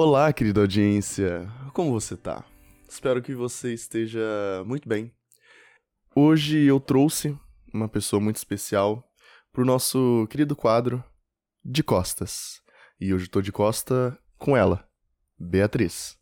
Olá, querida audiência. Como você tá? Espero que você esteja muito bem. Hoje eu trouxe uma pessoa muito especial pro nosso querido quadro De Costas. E hoje eu tô de costa com ela, Beatriz.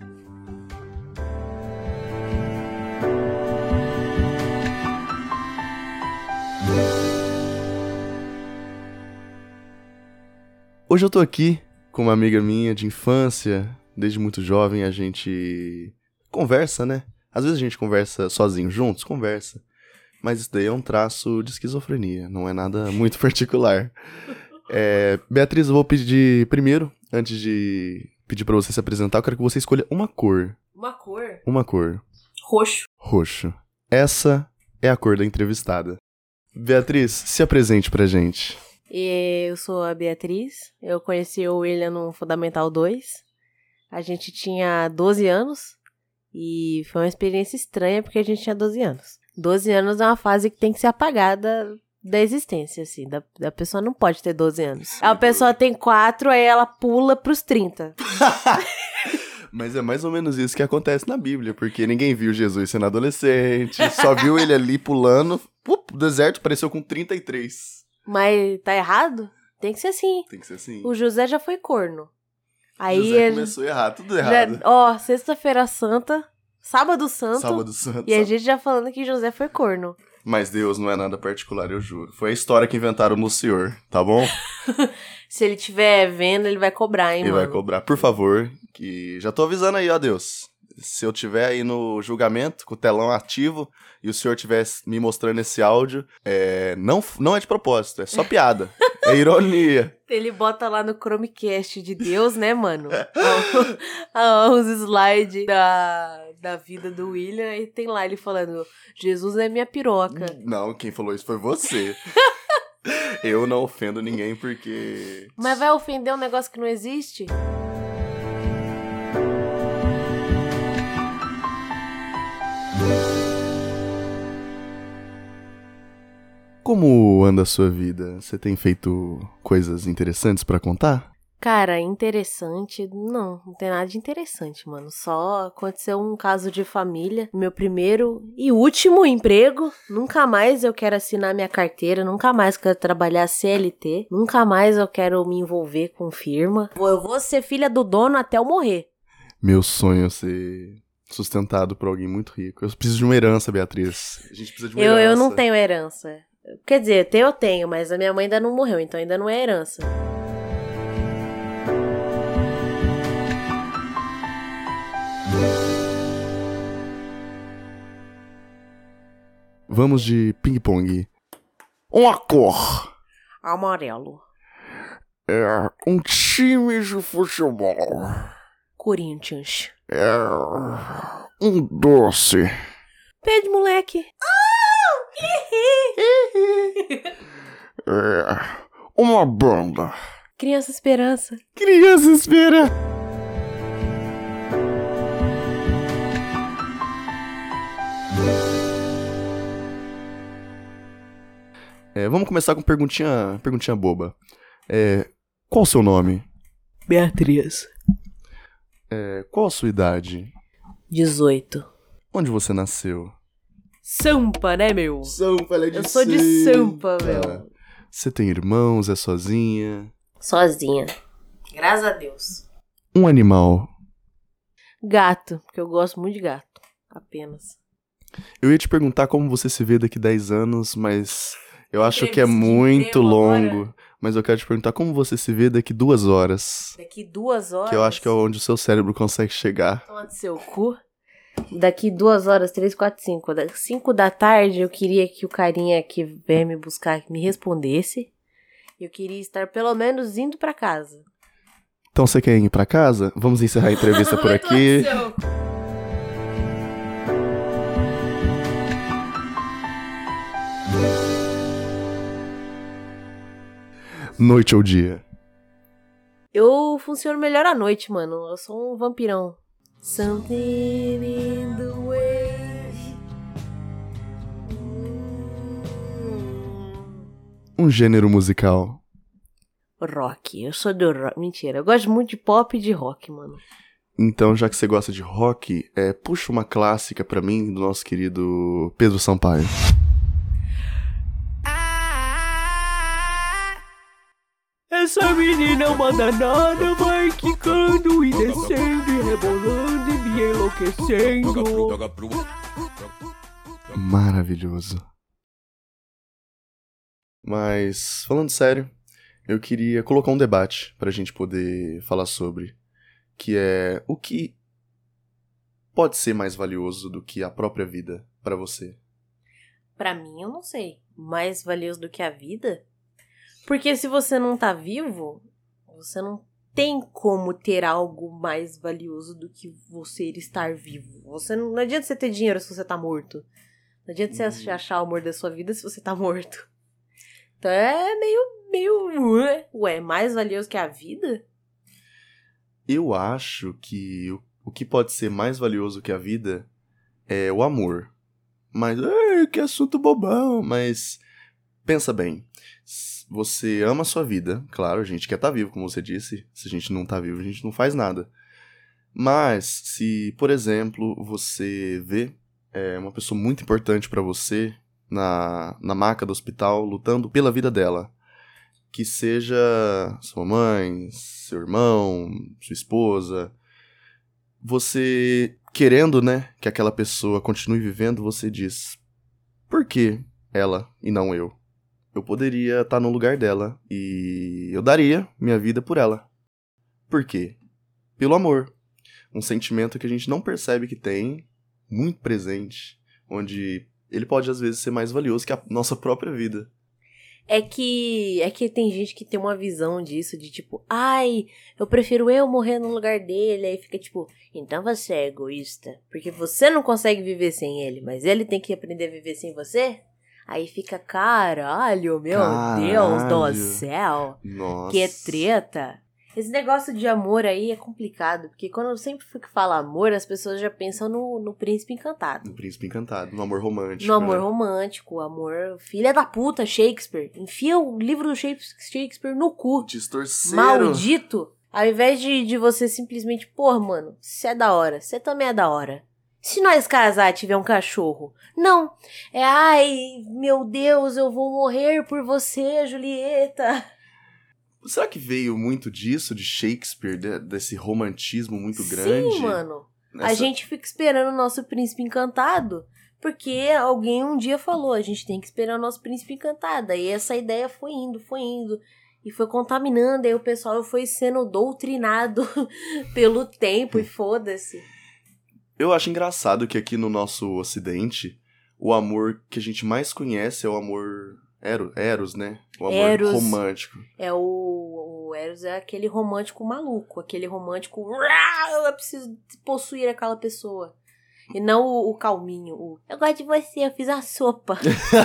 Hoje eu tô aqui com uma amiga minha de infância. Desde muito jovem a gente conversa, né? Às vezes a gente conversa sozinho, juntos, conversa. Mas isso daí é um traço de esquizofrenia, não é nada muito particular. Beatriz, eu vou pedir primeiro, antes de pedir pra você se apresentar, eu quero que você escolha uma cor. Uma cor? Uma cor. Roxo. Roxo. Essa é a cor da entrevistada. Beatriz, se apresente pra gente. Eu sou a Beatriz, eu conheci o William no Fundamental 2. A gente tinha 12 anos e foi uma experiência estranha porque a gente tinha 12 anos. 12 anos é uma fase que tem que ser apagada da existência, assim. Da pessoa não pode ter 12 anos. A pessoa tem 4, aí ela pula pros 30. Mas é mais ou menos isso que acontece na Bíblia, porque ninguém viu Jesus sendo adolescente, só viu ele ali pulando, o deserto apareceu com 33. Mas tá errado? Tem que ser assim. Tem que ser assim. O José já foi corno. Aí José começou errado, tudo errado. Sexta-feira santa, sábado santo. Sábado santo. E a gente já falando que José foi corno. Mas Deus não é nada particular, eu juro. Foi a história que inventaram no Senhor, tá bom? Se ele estiver vendo, ele vai cobrar, hein, Ele mano? vai cobrar, por favor, que já tô avisando aí, ó, Deus. Se eu tiver aí no julgamento, com o telão ativo, e o senhor estiver me mostrando esse áudio, não é de propósito, é só piada. É ironia. Ele bota lá no Chromecast de Deus, né, mano? Os slides da vida do William, e tem lá ele falando, Jesus é minha piroca. Não, quem falou isso foi você. Eu não ofendo ninguém porque... Mas vai ofender um negócio que não existe? Como anda a sua vida? Você tem feito coisas interessantes pra contar? Cara, interessante, não tem nada de interessante, mano. Só aconteceu um caso de família, meu primeiro e último emprego. Nunca mais eu quero assinar minha carteira, nunca mais quero trabalhar CLT, nunca mais eu quero me envolver com firma. Eu vou ser filha do dono até eu morrer. Meu sonho é ser sustentado por alguém muito rico. Eu preciso de uma herança, Beatriz. A gente precisa de uma herança. Eu não tenho herança. Quer dizer, eu tenho, mas a minha mãe ainda não morreu, então ainda não é herança. Vamos de ping-pong. Uma cor. Amarelo. Um time de futebol. Corinthians. Um doce. Pede, moleque. Uma banda. Criança Esperança. Criança espera. Vamos começar com perguntinha boba. Qual o seu nome? Beatriz. Qual a sua idade? 18. Onde você nasceu? Sampa, né, meu? Sampa, ela é de Eu sou de Sampa, meu. Você tem irmãos? É sozinha? Sozinha. Graças a Deus. Um animal. Gato, porque eu gosto muito de gato. Apenas. Eu ia te perguntar como você se vê daqui 10 anos, mas eu acho que é Entrevista de muito emprego longo. agora. Mas eu quero te perguntar como você se vê daqui 2 horas. Daqui 2 horas. Que eu acho que é onde o seu cérebro consegue chegar. Toma do seu cu. Daqui 2 horas, 3, 4, 5. 5 da tarde, eu queria que o carinha que veio me buscar me respondesse. Eu queria estar pelo menos indo pra casa. Então você quer ir pra casa? Vamos encerrar a entrevista por aqui. Noite ou dia? Eu funciono melhor à noite, mano. Eu sou um vampirão. Something in the way. Um gênero musical. Rock. Eu sou do rock. Mentira. Eu gosto muito de pop e de rock, mano. Então, já que você gosta de rock, puxa uma clássica pra mim do nosso querido Pedro Sampaio. Essa menina é uma danada, vai quicando e descendo e rebolando e me enlouquecendo. Maravilhoso. Mas, falando sério, eu queria colocar um debate pra gente poder falar sobre, que é o que pode ser mais valioso do que a própria vida pra você? Pra mim, eu não sei. Mais valioso do que a vida? Porque se você não tá vivo, você não tem como ter algo mais valioso do que você estar vivo. Não adianta você ter dinheiro se você tá morto. Não adianta você achar o amor da sua vida se você tá morto. Então é meio... Ué, mais valioso que a vida? Eu acho que o que pode ser mais valioso que a vida é o amor. Mas, que assunto bobão. Mas, pensa bem. Você ama a sua vida. Claro, a gente quer estar vivo, como você disse. Se a gente não tá vivo, a gente não faz nada. Mas, se, por exemplo, você vê uma pessoa muito importante pra você na maca do hospital, lutando pela vida dela, que seja sua mãe, seu irmão, sua esposa, você querendo, né, que aquela pessoa continue vivendo, você diz, por que ela e não eu? Eu poderia estar no lugar dela e eu daria minha vida por ela. Por quê? Pelo amor. Um sentimento que a gente não percebe que tem, muito presente, onde ele pode às vezes ser mais valioso que a nossa própria vida. É que tem gente que tem uma visão disso, de tipo, ai, eu prefiro eu morrer no lugar dele, aí fica tipo, então você é egoísta, porque você não consegue viver sem ele, mas ele tem que aprender a viver sem você? Aí fica, caralho, meu Deus do céu, Nossa. que treta. Esse negócio de amor aí é complicado, porque quando eu sempre falo amor, as pessoas já pensam no príncipe encantado. No príncipe encantado, no amor romântico. No amor romântico, amor filha da puta, Shakespeare. Enfia o livro do Shakespeare no cu. Distorceiro. Maldito. Ao invés de você simplesmente, porra, mano, você é da hora, você também é da hora. Se nós casar e tiver um cachorro, não. Ai, meu Deus, eu vou morrer por você, Julieta. Será que veio muito disso, de Shakespeare, desse romantismo muito grande? Sim, mano. A gente fica esperando o nosso príncipe encantado, porque alguém um dia falou, a gente tem que esperar o nosso príncipe encantado. E essa ideia foi indo, e foi contaminando, aí o pessoal foi sendo doutrinado pelo tempo, e foda-se. Eu acho engraçado que aqui no nosso ocidente, o amor que a gente mais conhece é o amor... Eros, né? O amor Eros romântico. O Eros é aquele romântico maluco. Aquele romântico... Eu preciso possuir aquela pessoa. E não o calminho. Eu gosto de você, eu fiz a sopa.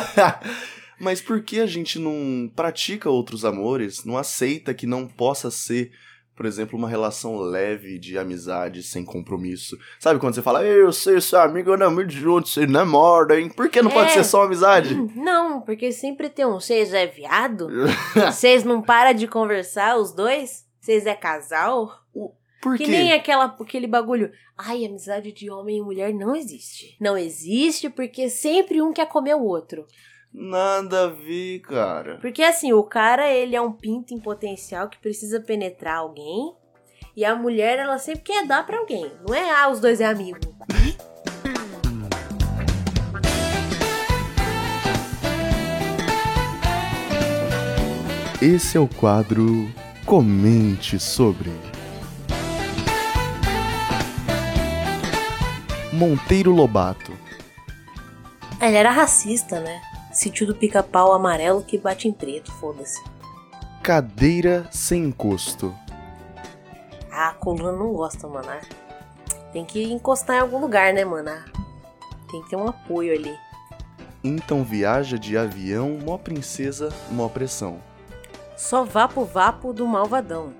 Mas por que a gente não pratica outros amores? Não aceita que não possa ser, por exemplo, uma relação leve de amizade sem compromisso? Sabe quando você fala, eu sei, seu amigo, eu não me junto, você namora, hein? Por que não pode ser só amizade? Não, porque sempre tem vocês é viado? Vocês não param de conversar, os dois? Vocês é casal? Por quê? Que nem aquele bagulho. Ai, amizade de homem e mulher não existe. Não existe porque sempre um quer comer o outro. Nada a ver, cara. Porque assim, o cara, ele é um pinto em potencial que precisa penetrar alguém. E a mulher, ela sempre quer dar pra alguém. Não é, os dois é amigo. Esse é o quadro Comente Sobre. Monteiro Lobato. Ele era racista, né? Sítio do pica-pau amarelo que bate em preto, foda-se. Cadeira sem encosto. A coluna não gosta, mano. Tem que encostar em algum lugar, né, mano? Tem que ter um apoio ali. Então viaja de avião, mó princesa, mó pressão. Só vapo do malvadão.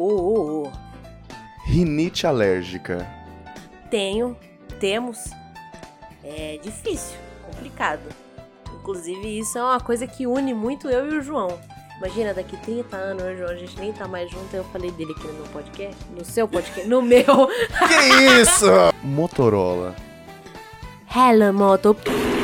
Rinite alérgica. Temos. É difícil, complicado. Inclusive, isso é uma coisa que une muito eu e o João. Imagina, daqui 30 anos, hoje a gente nem tá mais junto, eu falei dele aqui no meu podcast, no seu podcast, no meu. Que isso? Motorola. Hello, moto.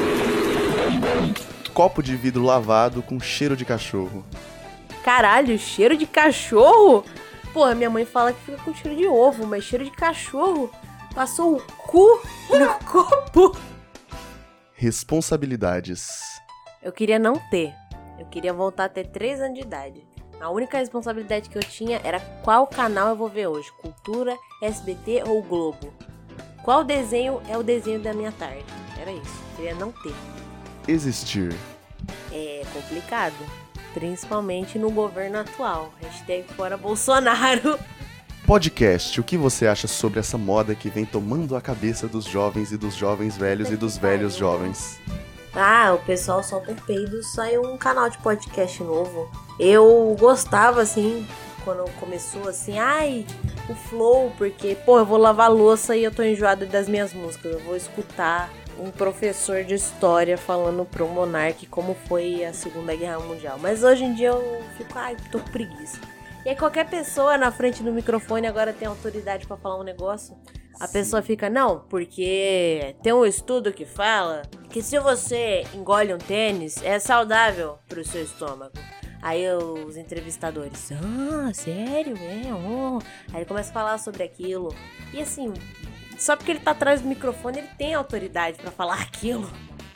Copo de vidro lavado com cheiro de cachorro. Caralho, cheiro de cachorro? Porra, minha mãe fala que fica com cheiro de ovo, mas cheiro de cachorro? Passou o cu no copo? Responsabilidades. Eu queria não ter. Eu queria voltar a ter 3 anos de idade. A única responsabilidade que eu tinha era qual canal eu vou ver hoje. Cultura, SBT ou Globo. Qual desenho é o desenho da minha tarde? Era isso. Eu queria não ter. Existir. É complicado. Principalmente no governo atual. Hashtag fora Bolsonaro. Podcast. O que você acha sobre essa moda que vem tomando a cabeça dos jovens e dos jovens velhos e dos velhos jovens? Ah, o pessoal solta um peido, sai um canal de podcast novo. Eu gostava, assim, quando começou, assim, o flow, porque, eu vou lavar louça e eu tô enjoada das minhas músicas. Eu vou escutar um professor de história falando pro monarca como foi a Segunda Guerra Mundial. Mas hoje em dia eu fico, tô com preguiça. E aí qualquer pessoa na frente do microfone agora tem autoridade pra falar um negócio. A pessoa fica, não, porque tem um estudo que fala que se você engole um tênis, é saudável pro seu estômago. Aí os entrevistadores, sério? Aí ele começa a falar sobre aquilo. E assim, só porque ele tá atrás do microfone, ele tem autoridade pra falar aquilo.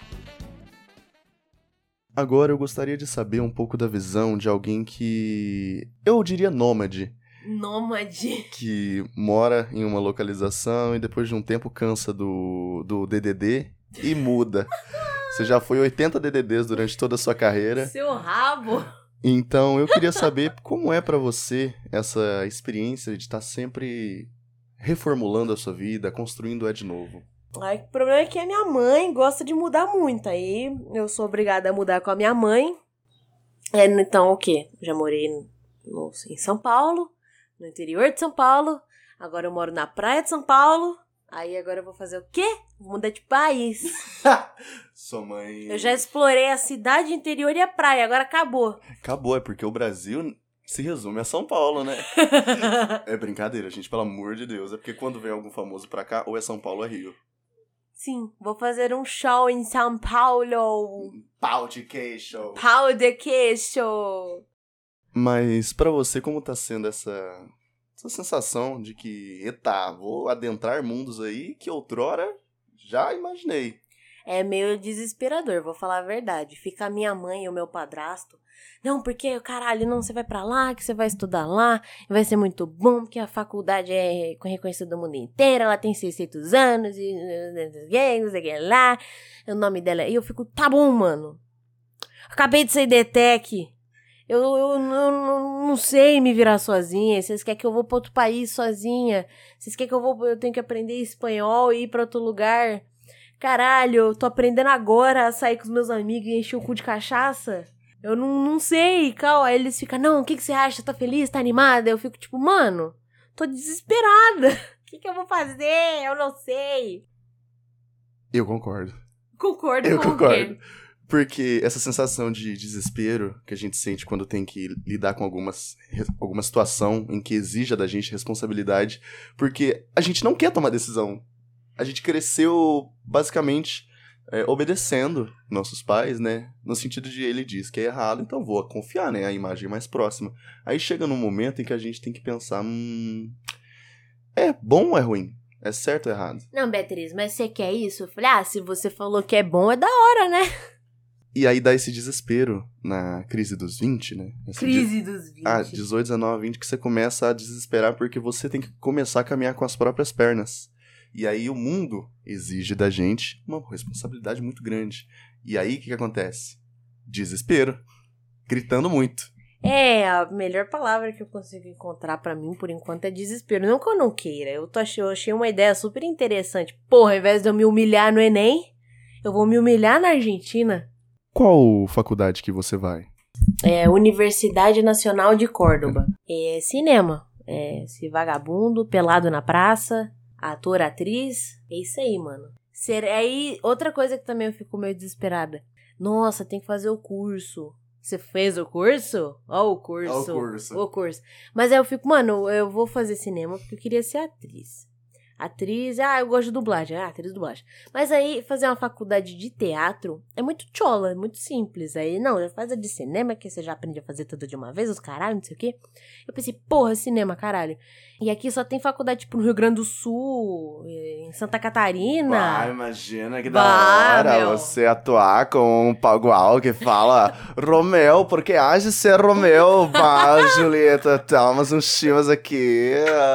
Agora eu gostaria de saber um pouco da visão de alguém que eu diria nômade. Nômade. Que mora em uma localização e depois de um tempo cansa do DDD e muda. Você já foi 80 DDDs durante toda a sua carreira. Seu rabo. Então eu queria saber como é pra você essa experiência de estar sempre reformulando a sua vida, construindo de novo. O problema é que a minha mãe gosta de mudar muito. Aí eu sou obrigada a mudar com a minha mãe. Então o quê? Já morei em São Paulo. No interior de São Paulo, agora eu moro na praia de São Paulo, aí agora eu vou fazer o quê? Vou mudar de país. Sua mãe... Eu já explorei a cidade interior e a praia, agora acabou. Acabou, é porque o Brasil se resume a São Paulo, né? É brincadeira, gente, pelo amor de Deus, é porque quando vem algum famoso pra cá, ou é São Paulo ou é Rio. Sim, vou fazer um show em São Paulo. Pau de queixo. Pau de queixo. Mas pra você, como tá sendo essa sensação de que, vou adentrar mundos aí que outrora já imaginei? É meio desesperador, vou falar a verdade. Fica a minha mãe e o meu padrasto. Não, porque, caralho, não, você vai pra lá, que você vai estudar lá, vai ser muito bom, porque a faculdade é reconhecida do mundo inteiro, ela tem 600 anos, e não sei o que lá, o nome dela... E eu fico, tá bom, mano. Acabei de sair da ETEC. Eu não sei me virar sozinha. Vocês querem que eu vou pra outro país sozinha? Vocês querem que eu tenho que aprender espanhol e ir pra outro lugar? Caralho, eu tô aprendendo agora a sair com os meus amigos e encher o cu de cachaça? Eu não sei, calma. Aí eles ficam, não, o que você acha? Tá feliz? Tá animada? Eu fico tipo, mano, tô desesperada. O que eu vou fazer? Eu não sei. Eu concordo. Concordo. Porque essa sensação de desespero que a gente sente quando tem que lidar com alguma situação em que exija da gente responsabilidade, porque a gente não quer tomar decisão. A gente cresceu, basicamente, obedecendo nossos pais, né? No sentido de ele diz que é errado, então vou confiar, né? A imagem mais próxima. Aí chega num momento em que a gente tem que pensar, é bom ou é ruim? É certo ou errado? Não, Beatriz, mas você quer isso? Eu falei, se você falou que é bom, é da hora, né? E aí dá esse desespero na crise dos 20, né? Crise dos 20. 18, 19, 20, que você começa a desesperar porque você tem que começar a caminhar com as próprias pernas. E aí o mundo exige da gente uma responsabilidade muito grande. E aí o que acontece? Desespero. Gritando muito. A melhor palavra que eu consigo encontrar pra mim, por enquanto, é desespero. Não que eu não queira. Eu achei uma ideia super interessante. Porra, ao invés de eu me humilhar no Enem, eu vou me humilhar na Argentina. Qual faculdade que você vai? Universidade Nacional de Córdoba. É cinema. Esse vagabundo, pelado na praça, ator, atriz. É isso aí, mano. Aí, outra coisa que também eu fico meio desesperada. Nossa, tem que fazer o curso. Você fez o curso? Ó o curso. Ó o curso. O curso. Mas aí eu fico, mano, eu vou fazer cinema porque eu queria ser atriz. Atriz, eu gosto de dublagem. Atriz de dublagem. Mas aí, fazer uma faculdade de teatro é muito chola, é muito simples. Aí, não, já faz a de cinema, que você já aprende a fazer tudo de uma vez, os caralho, não sei o quê. Eu pensei, porra, cinema, caralho. E aqui só tem faculdade, tipo, no Rio Grande do Sul, em Santa Catarina. Ah, imagina que da hora meu. você atuar com um Pagual que fala Romeu, porque age ser Romeu. Pá, Julieta, toma uns chimas aqui.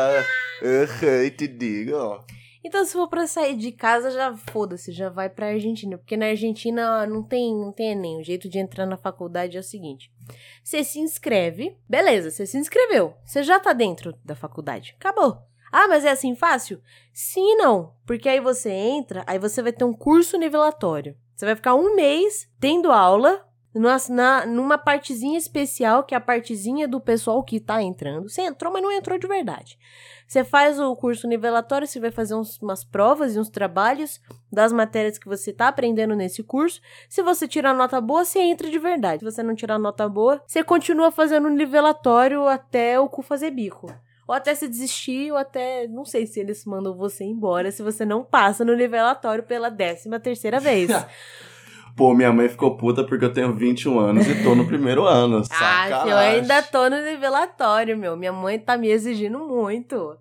Te digo. Então, se for pra sair de casa, já foda-se, já vai pra Argentina. Porque na Argentina não tem Enem. O jeito de entrar na faculdade é o seguinte. Você se inscreve, beleza, você se inscreveu. Você já tá dentro da faculdade. Acabou. Ah, mas é assim fácil? Sim e não. Porque aí você entra, aí você vai ter um curso nivelatório. Você vai ficar 1 mês tendo aula numa partezinha especial, que é a partezinha do pessoal que tá entrando. Você entrou, mas não entrou de verdade. Você faz o curso nivelatório, você vai fazer umas provas e uns trabalhos das matérias que você tá aprendendo nesse curso. Se você tirar nota boa, você entra de verdade. Se você não tirar nota boa, você continua fazendo o nivelatório até o cu fazer bico. Ou até se desistir, ou até... Não sei se eles mandam você embora se você não passa no nivelatório pela 13ª vez. Pô, minha mãe ficou puta porque eu tenho 21 anos e tô no primeiro ano. Sacanagem. Eu ainda tô no nivelatório, meu. Minha mãe tá me exigindo muito.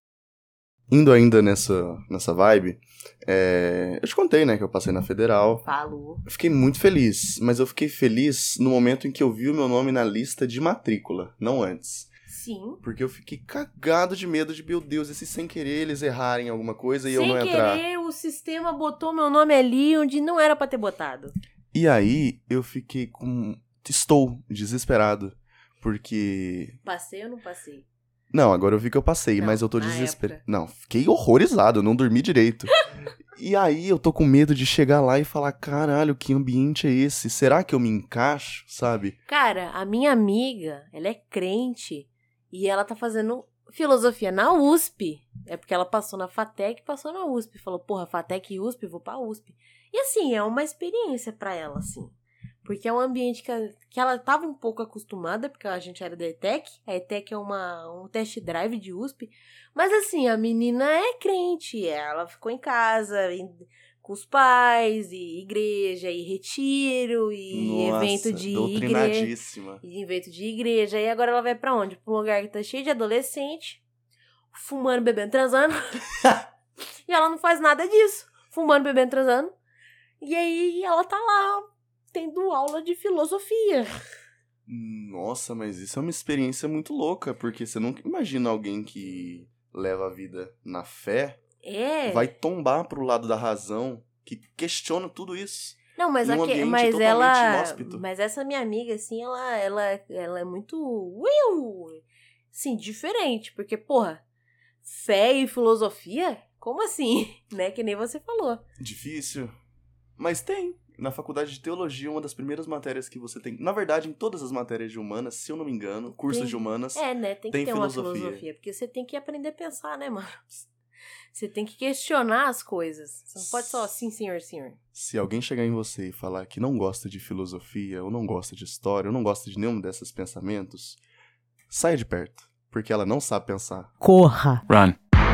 Indo ainda nessa vibe, eu te contei, né, que eu passei na Federal. Falou. Eu fiquei muito feliz, mas eu fiquei feliz no momento em que eu vi o meu nome na lista de matrícula, não antes. Sim. Porque eu fiquei cagado de medo de, meu Deus, e se sem querer eles errarem alguma coisa e eu não entrar? Sem querer, o sistema botou meu nome ali onde não era pra ter botado. E aí, eu fiquei estou desesperado, porque... Passei ou não passei? Não, agora eu vi que eu passei, Não, mas eu tô na desesperado. época. Não, fiquei horrorizado, eu não dormi direito. E aí, eu tô com medo de chegar lá e falar, caralho, que ambiente é esse? Será que eu me encaixo, sabe? Cara, a minha amiga, ela é crente e ela tá fazendo filosofia na USP. É porque ela passou na FATEC e passou na USP. Falou, porra, FATEC e USP, vou pra USP. E assim, é uma experiência pra ela, assim. Porque é um ambiente que ela tava um pouco acostumada, porque a gente era da ETEC. A ETEC é um test drive de USP. Mas assim, a menina é crente. Ela ficou em casa com os pais, e igreja, e retiro, e Nossa, evento de igreja. doutrinadíssima. E evento de igreja. E agora ela vai pra onde? Pra um lugar que tá cheio de adolescente, fumando, bebendo, transando. E ela não faz nada disso. Fumando, bebendo, transando. E aí ela tá lá, tendo aula de filosofia. Nossa, mas isso é uma experiência muito louca, porque você nunca imagina alguém que leva a vida na fé vai tombar pro lado da razão, que questiona tudo isso. Não, mas inóspito. Mas essa minha amiga, assim, ela é muito sim, diferente, porque, porra, fé e filosofia? Como assim? Né? Que nem você falou. Difícil. Mas tem. Na faculdade de teologia, uma das primeiras matérias que você tem... Na verdade, em todas as matérias de humanas, se eu não me engano, cursos de humanas... né? Tem que ter uma filosofia. Porque você tem que aprender a pensar, né, mano? Você tem que questionar as coisas. Você não pode só assim, senhor. Se alguém chegar em você e falar que não gosta de filosofia, ou não gosta de história, ou não gosta de nenhum desses pensamentos, saia de perto. Porque ela não sabe pensar. Corra. Run.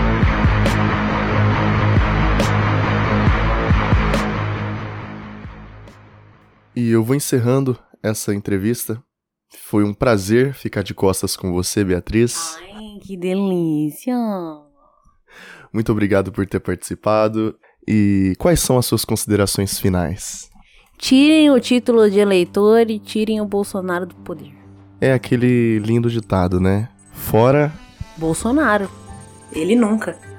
E eu vou encerrando essa entrevista. Foi um prazer ficar de costas com você, Beatriz. Ai, que delícia! Muito obrigado por ter participado. E quais são as suas considerações finais? Tirem o título de eleitor e tirem o Bolsonaro do poder. É aquele lindo ditado, né? Fora... Bolsonaro. Ele nunca.